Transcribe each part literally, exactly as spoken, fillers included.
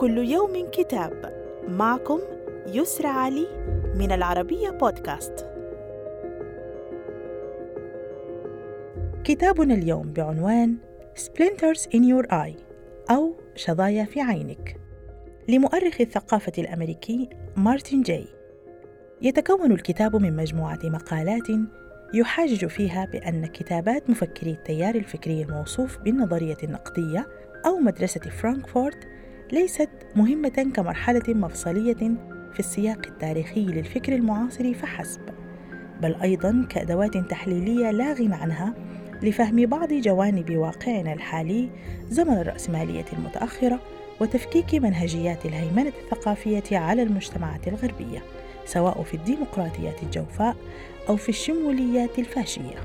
كل يوم كتاب. معكم يسرى علي من العربية بودكاست. كتابنا اليوم بعنوان Splinters in Your Eye أو شظايا في عينك، لمؤرخ الثقافة الأمريكي مارتن جاي. يتكون الكتاب من مجموعة مقالات يحاجج فيها بأن كتابات مفكري التيار الفكري الموصوف بالنظرية النقدية أو مدرسة فرانكفورت ليست مهمة كمرحلة مفصلية في السياق التاريخي للفكر المعاصر فحسب، بل أيضاً كأدوات تحليلية لا غنى عنها لفهم بعض جوانب واقعنا الحالي زمن الرأسمالية المتأخرة وتفكيك منهجيات الهيمنة الثقافية على المجتمعات الغربية، سواء في الديمقراطيات الجوفاء أو في الشموليات الفاشية.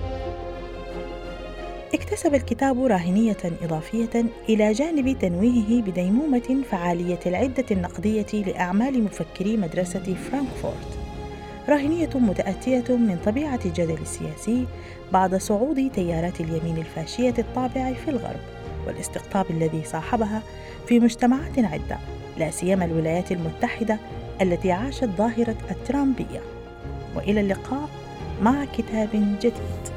اكتسب الكتاب راهنية إضافية إلى جانب تنويهه بديمومة فعالية العدة النقدية لأعمال مفكري مدرسة فرانكفورت، راهنية متأتية من طبيعة الجدل السياسي بعد صعود تيارات اليمين الفاشية الطابع في الغرب والاستقطاب الذي صاحبها في مجتمعات عدة، لا سيما الولايات المتحدة التي عاشت ظاهرة الترامبية. وإلى اللقاء مع كتاب جديد.